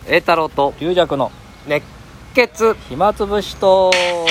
栄太郎と龍尺の熱血暇つぶしと。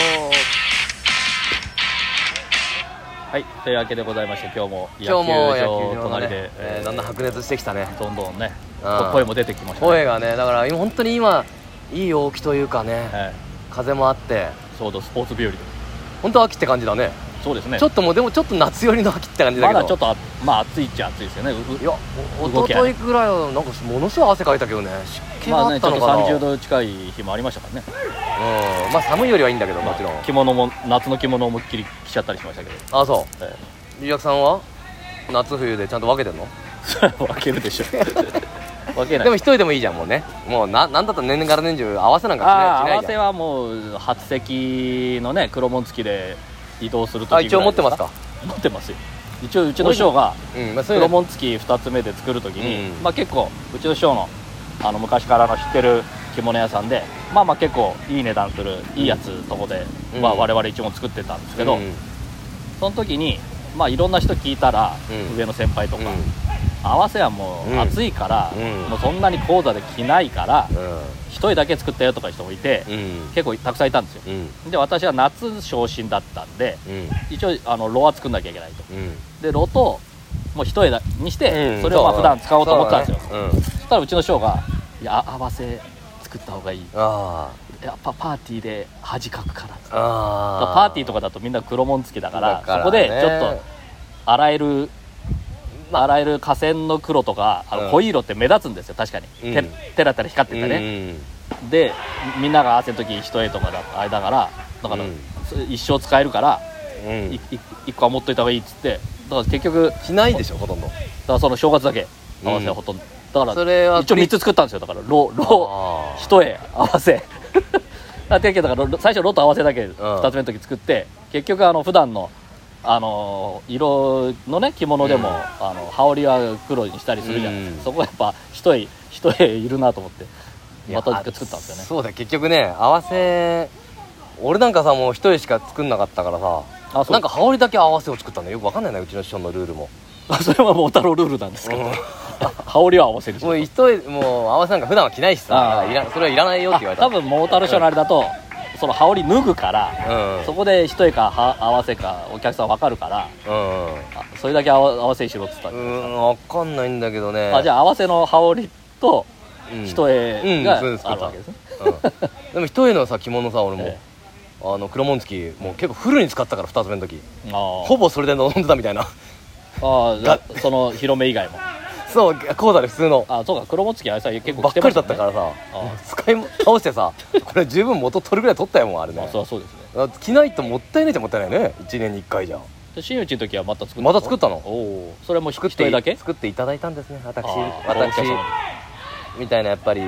はい、というわけでございまして、今日も野球場隣で、 だんだん白熱してきたね。 どんどんね、 うん声も出てきましたね。 声がね、だから本当に今いい陽気というかね、風もあってちょうどスポーツ日和で。 本当秋って感じだね。 そうですね。 ちょっともうでもちょっと夏寄りの秋って感じだけど、 まだちょっと暑いっちゃ暑いですよね。 いや、一昨日ぐらいはなんかものすごい汗かいたけどね、湿気があったのかな。 まあね、ちょっと30度近い日もありましたからね。 まあ寒いよりはいいんだけど、もちろん着物も夏の着物を思いっきり着ちゃったりしましたけど。 あ、そう。龍尺さんは夏冬でちゃんと分けてんの？ 分けるでしょ。分けない。 でも一人でもいいじゃん、もうね。もうなんだったら年がら年中合わせなんかしないじゃん。 合わせはもう初席のね、黒紋付きで移動するときぐらいですか。 一応持ってますか？ 持ってますよ。一応うちの師匠が黒紋付き2つ目で作るときに、結構うちの師匠の昔からの知ってる着物屋さんで、結構いい値段するいいやつとこで、我々一応作ってたんですけど、その時にいろんな人聞いたら、上の先輩とか、合わせはもう暑いから、もうそんなに講座で着ないから、一人だけ作ったよとかいう人もいて、結構たくさんいたんですよ。で、私は夏昇進だったんで、一応炉は作んなきゃいけないと。で、炉ともう一重にして、それを普段使おうと思ってたんですよ。そしたらうちの師匠が、いや、合わせ作った方がいい、やっぱパーティーで恥かくから、パーティーとかだとみんな黒紋付きだから、そこでちょっと洗える河川の黒とか濃い色って目立つんですよ、確かに。テラテラ光っててね。で、みんなが合わせる時一重とかあれだから、一生使えるから一個は持っといた方がいいっつって、だから結局しないでしょ、ほとんど。だからその正月だけ合わせはほとんど、だからそれは一応3つ作ったんですよ。だからロ一重合わせだから最初ロと合わせだけ2つ目の時作って、結局普段の色のね着物でも、羽織は黒にしたりするじゃないですか。そこはやっぱ一重いるなと思ってまた作ったんですよね。 そうだよ、結局ね、合わせ俺なんかさ、もう一重しか作んなかったからさ、なんか羽織だけ合わせを作ったのよく分かんないな、うちの師匠のルールも。 それはもう太郎ルールなんですけど、羽織は合わせる。 もう一重、もう合わせなんか普段は着ないしさ、それはいらないよって言われた。 多分桃太郎師匠のあれだとその羽織脱ぐから、そこで一重か合わせかお客さん分かるから、それだけ合わせしろっつったんですか。 分かんないんだけどね。 じゃあ合わせの羽織と一重があるわけですね。 でも一重のさ着物さ、俺も黒紋付きもう結構フルに使ったから、2つ目の時ほぼそれで臨んでたみたいな。その広め以外もそう、講座で普通の。 そうか、黒紋付きあれさ結構ばっかりだったからさ、使い倒してさ、これ十分元取るぐらい取ったよ、もうあれね。 そうですね。 着ないともったいないじゃもったいないね、1年に1回じゃ。 真打ちの時はまた作ったの。 それも一重だけ作っていただいたんですね、私みたいな。やっぱり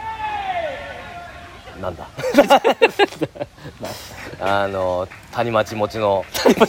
なんだ谷町持ちの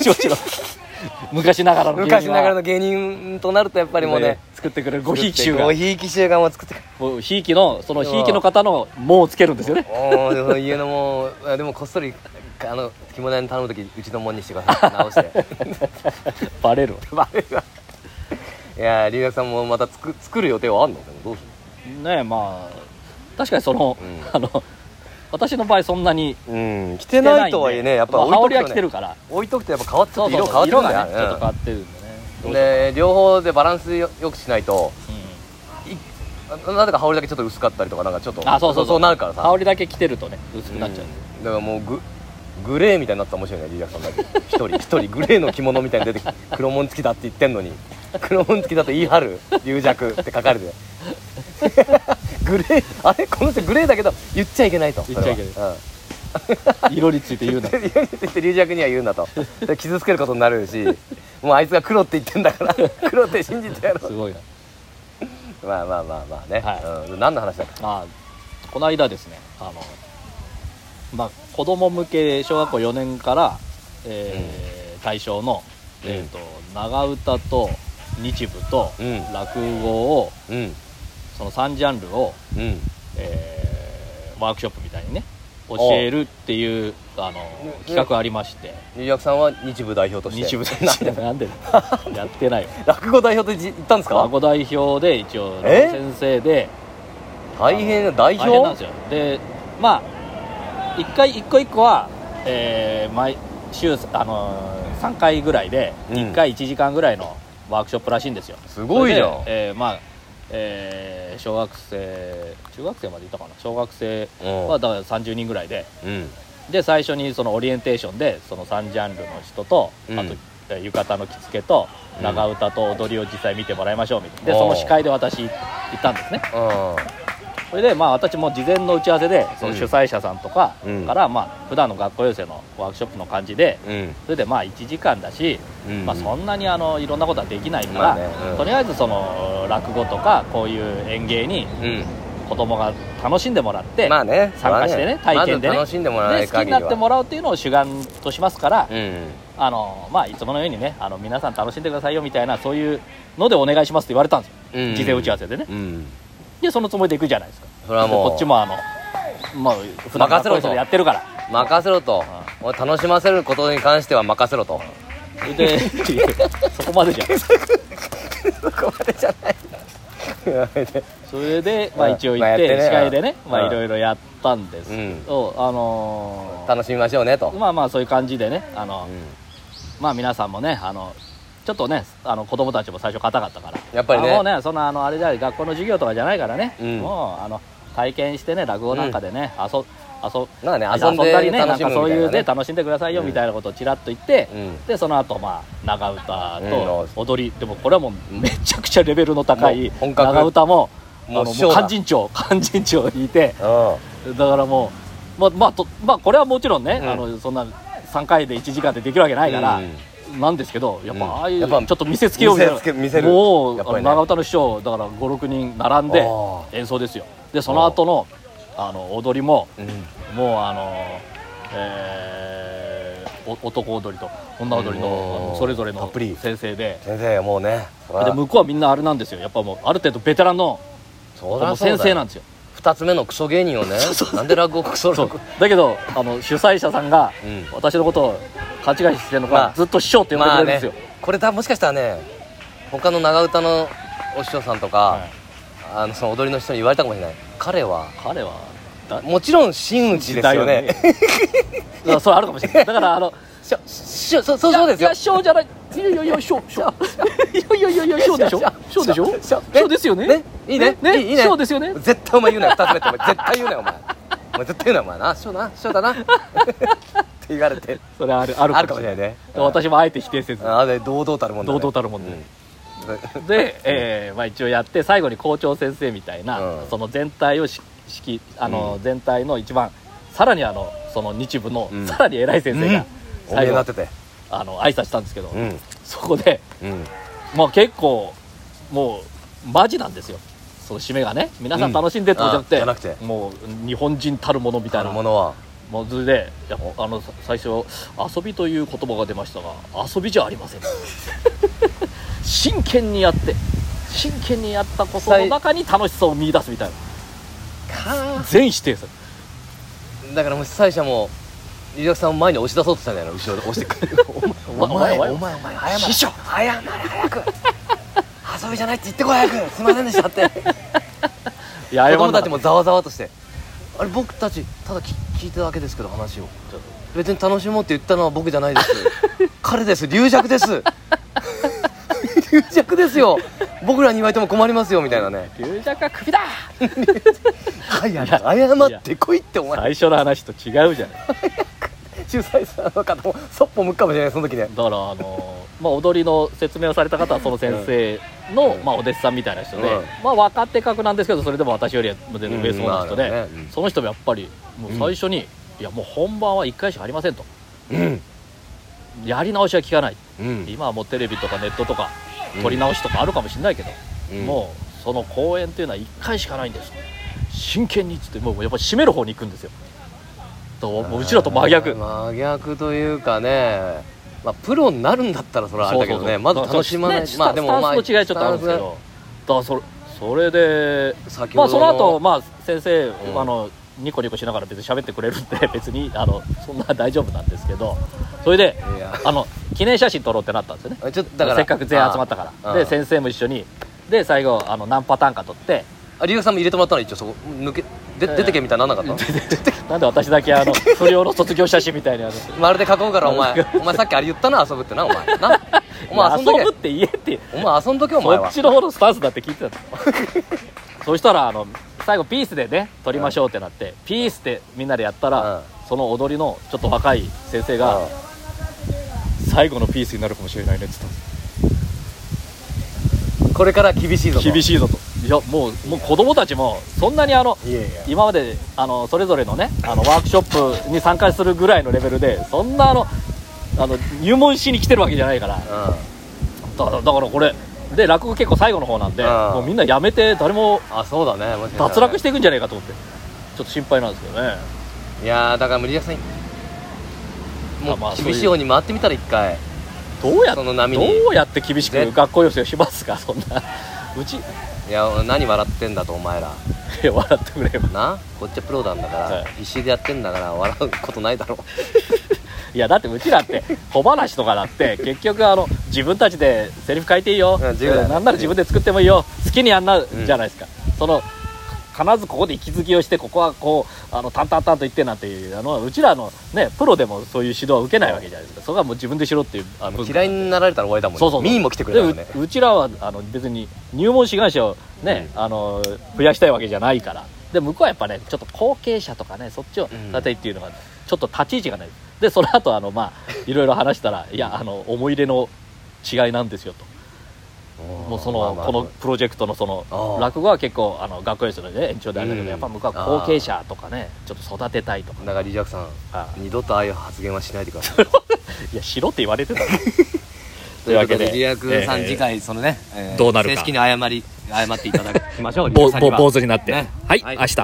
昔ながらの芸人となると、やっぱりもうね、 作ってくれるごひいき衆がもう作ってくる。ひいきの方の紋をつけるんですよね。 家のもうでもこっそり着物屋に頼む時、うちの紋にしてください、直してバレるわ。 いや、龍尺さんもまた作る予定はあんの？どうするね。確かに私の場合そんなに着てないとはいえね、やっぱ羽織は着てるから置いとくとやっぱ色変わってるんだよね。 ちょっと変わってるんでね。 で、両方でバランスよくしないと、なぜか羽織だけちょっと薄かったりとか、なんかちょっとそうなるからさ。 羽織だけ着てるとね薄くなっちゃう。 だからもうグレーみたいになったら面白いね、龍尺さんだけ一人グレーの着物みたいに出てきて、黒紋付きだって言ってんのに、黒紋付きだと言い張る龍尺って書かれてグレー、あれこの人グレーだけど言っちゃいけないと。 言っちゃいけない、色について言うな。 色について龍尺には言うんだと。傷つけることになるし、もうあいつが黒って言ってんだから黒って信じてやろう。 すごいな。 まあね、何の話だっけ。 この間ですね、子供向け小学校4年から対象の長唄と日舞と落語を、その3ジャンルをワークショップみたいにね教えるっていう企画がありまして、 龍尺さんは日舞代表として。 日舞代表なんでやってないよ。 落語代表と言ったんですか。 落語代表で一応先生で大変な代表大変なんですよ。でまあ一回一個一個は、毎週3回ぐらいで1回1時間ぐらいのワークショップらしいんですよ。 すごいじゃん。 まあ小学生中学生までいたかな。小学生はだから30人ぐらいで、で最初にそのオリエンテーションでその3ジャンルの人と、あと浴衣の着付けと長唄と踊りを実際見てもらいましょうみたいな。でその司会で私行ったんですね。それでまあ私も事前の打ち合わせでその主催者さんとかからまあ普段の学校寄せのワークショップの感じで、それでまあ1時間だし、まあそんなにいろんなことはできないから、とりあえずその落語とかこういう演芸に子供が楽しんでもらって参加してね、体験でね、で好きになってもらうっていうのを主眼としますから、まあいつものようにね皆さん楽しんでくださいよみたいな、そういうのでお願いしますって言われたんですよ、事前打ち合わせでね。でそのつもりで行くじゃないですか。それはもうこっちもまあ普段学校でやってるから任せろと、楽しませることに関しては任せろと。 でそこまでじゃんそこまでじゃないそれでまあ一応行って司会でねいろいろやったんですけど、 楽しみましょうねと、 まあまあそういう感じでね、まあ皆さんもねちょっとね子供たちも最初硬かったから、 やっぱりねもうねそんなあれじゃ学校の授業とかじゃないからね、もう体験してね落語なんかでね、遊んだりね、なんかそういうね楽しんでくださいよみたいなことをちらっと言って、でその後まあ長唄と踊り、でもこれはもうめちゃくちゃレベルの高い長唄も勧進帳を引いて、だからもうまあこれはもちろんね、そんな3回で1時間でできるわけないからなんですけど、やっぱああいうちょっと見せつけようみたいな、もう長唄の師匠だから 5,6 人並んで演奏ですよ。でその後の踊りも、もう男踊りと女踊りのそれぞれの先生で、 もうね、 で向こうはみんなあれなんですよ、やっぱもうある程度ベテランの先生なんですよ。 2つ目のクソ芸人をねなんで落語クソだけど主催者さんが私のことを勘違いしてるのか、ずっと師匠って呼んでくれるんですよ。 これもしかしたらね、他の長唄のお師匠さんとか、その踊りの人に言われたかもしれない。彼はもちろん真打ちですよね。 それあるかもしれない。だからそうですよ。 いや師匠じゃない。いや師匠師匠でしょ。師匠でしょ。師匠ですよね。いいね。師匠ですよね。 絶対お前言うなよ。2つ目ってお前絶対言うなよお前。絶対言うなよお前な。師匠だな。って言われて。 それあるかもしれないね。私もあえて否定せず。 堂々たるもんだね。 堂々たるもんね。で、まあ一応やって最後に校長先生みたいな、その全体を全体の一番さらにその日舞のさらに偉い先生が最後挨拶したんですけど、そこでまあ結構もうマジなんですよ、その締めがね。皆さん楽しんでってことじゃなくて、もう日本人たるものみたいなものはもうそれで最初遊びという言葉が出ましたが、遊びじゃありません真剣にやったことの中に楽しさを見出すみたいな全否定する。だからもう主催者もリラクさんを前に押し出そうとしたんじゃないの、後ろで押してくるお前謝れ師匠謝れ早く遊びじゃないって言ってこい早くすいませんでしたって子供たちもざわざわとして、あれ僕たちただ聞いただけですけど話を別に楽しもうって言ったのは僕じゃないです彼です、龍尺です龍尺ですよ、僕らに言われても困りますよみたいなね。龍尺はクビだ謝ってこいってお前最初の話と違うじゃない主催者の方もそっぽ向くかもしれない、その時ね。だからまあ、踊りの説明をされた方はその先生の、まあ、お弟子さんみたいな人で、まあ、若手格なんですけど、それでも私よりは全然上そうな人で、その人もやっぱりもう最初に、いやもう本番は1回しかありませんと、やり直しは効かない、今はもうテレビとかネットとか撮り直しとかあるかもしれないけど、もうその公演っていうのは1回しかないんです、真剣にっつって、もうやっぱり締める方に行くんですよ。もううちらと真逆というかね、まあ、プロになるんだったらそれはあれだけどね、まず楽しまない、まあでもスタンスの違いちょっとあるんですけど、だからそれでまあその後まあ先生、ニコニコしながら別に喋ってくれるんで別にそんな大丈夫なんですけど、それで記念写真撮ろうってなったんですよね。だからせっかく全員集まったから、で先生も一緒にで最後何パターンか撮って、 リオさんも入れてもらったの一応そこ出てけみたいなのなんなかったなんで私だけ不良の卒業写真みたいにまるで囲うからお前さっきあれ言ったな遊ぶってなお前遊んどけ遊ぶって言えってお前遊んどけお前はそっちの方のスタンスだって聞いてたそしたら最後ピースでね撮りましょうってなって、ピースってみんなでやったら、その踊りのちょっと若い先生が、最後のピースになるかもしれないねって言ったんです。 これから厳しいぞと。 厳しいぞと。いやもう子供たちもそんなに今までそれぞれのねワークショップに参加するぐらいのレベルでそんな入門しに来てるわけじゃないから、だからこれで落語結構最後の方なんで、もうみんなやめて誰もそうだね脱落していくんじゃないかと思ってちょっと心配なんですけどね。 いやだから無理やさんもう厳しい方に回ってみたら一回どうやって厳しく学校寄せをしますかそんなうちいや何笑ってんだとお前らいや笑ってくれよなこっちはプロなんだから、必死でやってんだから笑うことないだろいやだってうちらって小話とかだって結局自分たちでセリフ書いていいよ、なんなら自分で作ってもいいよ好きにやんなじゃないですか、必ずここで息づきをしてここはこうタンタンタンと言ってなんていううちらのねプロでもそういう指導は受けないわけじゃないですか。そこはもう自分でしろっていう嫌いになられたら終わりだもんね。そう見にも来てくれたもんね。 うちらは別に入門志願者をね、増やしたいわけじゃないから。で向こうはやっぱねちょっと後継者とかねそっちを立てっていうのがちょっと立ち位置がないで、その後いろいろ話したらいや思い入れの違いなんですよと。もうこのプロジェクトの落語は結構学校寄せのね延長であるんだけど、やっぱ向こうは後継者とかねちょっと育てたいとか。 だからリジャクさん二度とああいう発言はしないでくださいいやしろって言われてたというわけでリジャクさん次回どうなるか正式に謝っていただきましょう坊主になって、はい明日